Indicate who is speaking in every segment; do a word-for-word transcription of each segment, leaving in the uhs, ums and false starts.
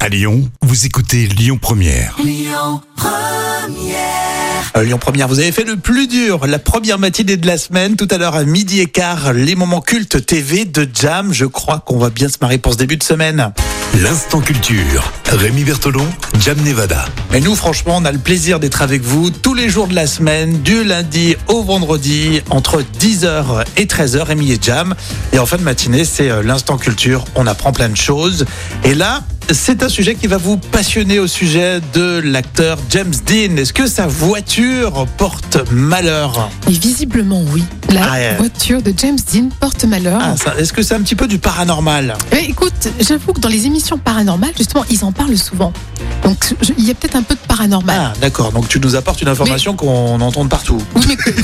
Speaker 1: À Lyon, vous écoutez Lyon Première.
Speaker 2: Lyon Première.
Speaker 3: Euh, Lyon Première, vous avez fait le plus dur, la première matinée de la semaine, tout à l'heure à midi et quart, les moments cultes T V de Jam. Je crois qu'on va bien se marrer pour ce début de semaine.
Speaker 1: L'instant culture. Rémi Bertolon, Jam Nevada.
Speaker 3: Et nous, franchement, on a le plaisir d'être avec vous tous les jours de la semaine, du lundi au vendredi, entre dix heures et treize heures, Rémi et Jam. Et en fin de matinée, c'est euh, l'instant culture. On apprend plein de choses. Et là, c'est un sujet qui va vous passionner au sujet de l'acteur James Dean. Est-ce que sa voiture porte malheur ?
Speaker 4: Et visiblement, oui. La
Speaker 3: Ah, ouais.
Speaker 4: voiture de James Dean porte malheur.
Speaker 3: Ah, ça, est-ce que c'est un petit peu du paranormal ?
Speaker 4: Mais écoute, j'avoue que dans les émissions paranormales, justement, ils en parlent souvent. Donc, je- il y a peut-être un peu de paranormal.
Speaker 3: Ah, d'accord. Donc tu nous apportes une information qu'on entend de partout.
Speaker 4: Oui, mais que-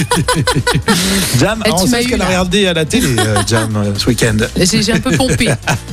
Speaker 3: Jam,
Speaker 4: Eh,
Speaker 3: on
Speaker 4: tu m'as
Speaker 3: sait ce
Speaker 4: eu,
Speaker 3: qu'elle a
Speaker 4: là.
Speaker 3: regardé à la télé, euh, Jam, euh, ce week-end.
Speaker 4: j'ai j'ai un peu pompé.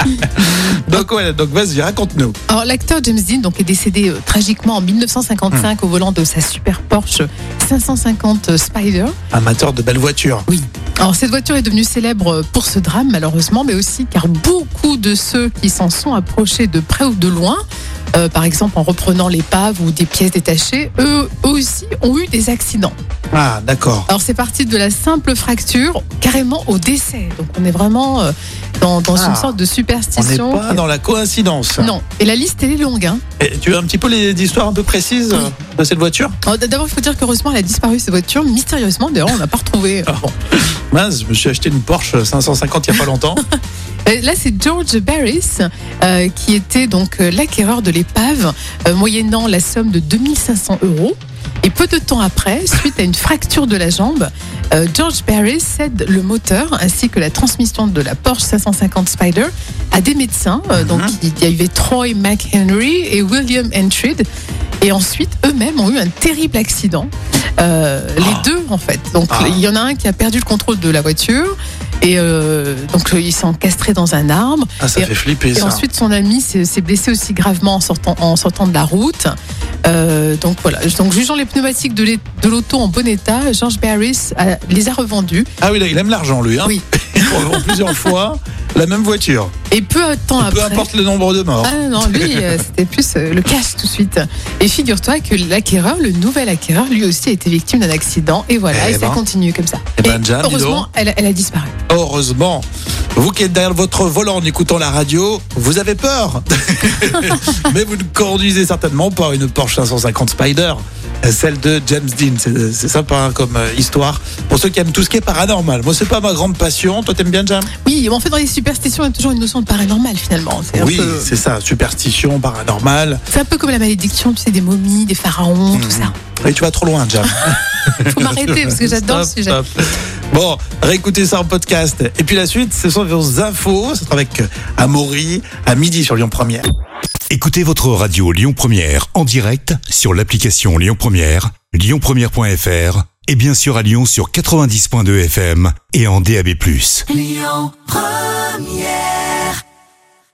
Speaker 3: Donc ouais, donc vas-y, raconte-nous.
Speaker 4: Alors, l'acteur James Dean donc, est décédé euh, tragiquement en dix-neuf cent cinquante-cinq au volant de sa super Porsche cinq cent cinquante Spider.
Speaker 3: Amateur de belles voitures.
Speaker 4: Oui. Alors, cette voiture est devenue célèbre pour ce drame, malheureusement, mais aussi car beaucoup de ceux qui s'en sont approchés de près ou de loin, euh, par exemple en reprenant l'épave ou des pièces détachées, eux aussi ont eu des accidents.
Speaker 3: Ah, d'accord.
Speaker 4: Alors, c'est parti de la simple fracture carrément au décès. Donc, on est vraiment euh, dans, dans
Speaker 3: Ah.
Speaker 4: une sorte de
Speaker 3: On n'est
Speaker 4: superstition.
Speaker 3: pas dans la coïncidence.
Speaker 4: Non. Et la liste, elle est longue. Hein.
Speaker 3: Et tu as un petit peu les histoires un peu précises
Speaker 4: Oui.
Speaker 3: de cette voiture ?
Speaker 4: Alors, D'abord, il faut dire qu'heureusement, elle a disparu, cette voiture, mystérieusement. D'ailleurs, on n'a pas retrouvé.
Speaker 3: Ah.
Speaker 4: Bon.
Speaker 3: Mince, je me suis acheté une Porsche cinq cent cinquante il n'y a pas longtemps.
Speaker 4: Euh, Là, c'est George Barris euh, qui était donc euh, l'acquéreur de l'épave, euh, moyennant la somme de deux mille cinq cents euros. Et peu de temps après, suite à une fracture de la jambe, euh, George Barris cède le moteur ainsi que la transmission de la Porsche cinq cent cinquante Spider à des médecins. Euh, Donc, il y avait Troy McHenry et William Entrid. Et ensuite, eux-mêmes ont eu un terrible accident. Euh,
Speaker 3: Oh.
Speaker 4: Les deux, en fait. Donc,
Speaker 3: Ah.
Speaker 4: il y en a un qui a perdu le contrôle de la voiture. Et euh, donc, euh, il s'est encastré dans un arbre.
Speaker 3: Ah, ça
Speaker 4: Et-
Speaker 3: fait flipper
Speaker 4: Et
Speaker 3: ça.
Speaker 4: ensuite, son ami s'est s'est blessé aussi gravement en sortant, en sortant de la route. Euh, donc voilà. Donc, jugeant les pneumatiques de l'é- de l'auto en bon état, George Barris a- les a revendus.
Speaker 3: Ah oui, là, il aime l'argent lui. Hein.
Speaker 4: Oui.
Speaker 3: Il revend plusieurs fois la même voiture.
Speaker 4: Et peu de temps
Speaker 3: Peu
Speaker 4: après.
Speaker 3: importe le nombre de morts.
Speaker 4: Ah non, lui, euh, c'était plus euh, le cash tout de suite. Et figure-toi que l'acquéreur, le nouvel acquéreur, lui aussi a été victime d'un accident. Et voilà,
Speaker 3: Eh
Speaker 4: et ça
Speaker 3: ben.
Speaker 4: continue comme ça.
Speaker 3: Eh ben, Jam, dis
Speaker 4: heureusement,
Speaker 3: donc.
Speaker 4: elle, elle a disparu.
Speaker 3: Heureusement, vous qui êtes derrière votre volant en écoutant la radio, vous avez peur. Mais vous ne conduisez certainement pas une Porsche cinq cent cinquante Spider, celle de James Dean. C'est c'est sympa hein, comme euh, histoire. Pour ceux qui aiment tout ce qui est paranormal. Moi, c'est pas ma grande passion. Toi, t'aimes bien, Jam ?
Speaker 4: Oui, en fait, dans les superstitions, il y a toujours une notion de paranormal finalement. C'est un
Speaker 3: Oui,
Speaker 4: peu-
Speaker 3: c'est ça. Superstition, paranormal.
Speaker 4: C'est un peu comme la malédiction, tu sais, des momies, des pharaons, tout ça.
Speaker 3: Et tu vas trop loin, Jam.
Speaker 4: Faut m'arrêter parce que j'adore ce
Speaker 3: Stop,
Speaker 4: sujet.
Speaker 3: stop. Bon, réécoutez ça en podcast. Et puis la suite, ce sont vos infos. C'est avec Amaury à midi sur Lyon Première.
Speaker 1: Écoutez votre radio Lyon Première en direct sur l'application Lyon Première, lyon première point f r et bien sûr à Lyon sur quatre-vingt-dix point deux F M et en D A B plus.
Speaker 2: Lyon Première.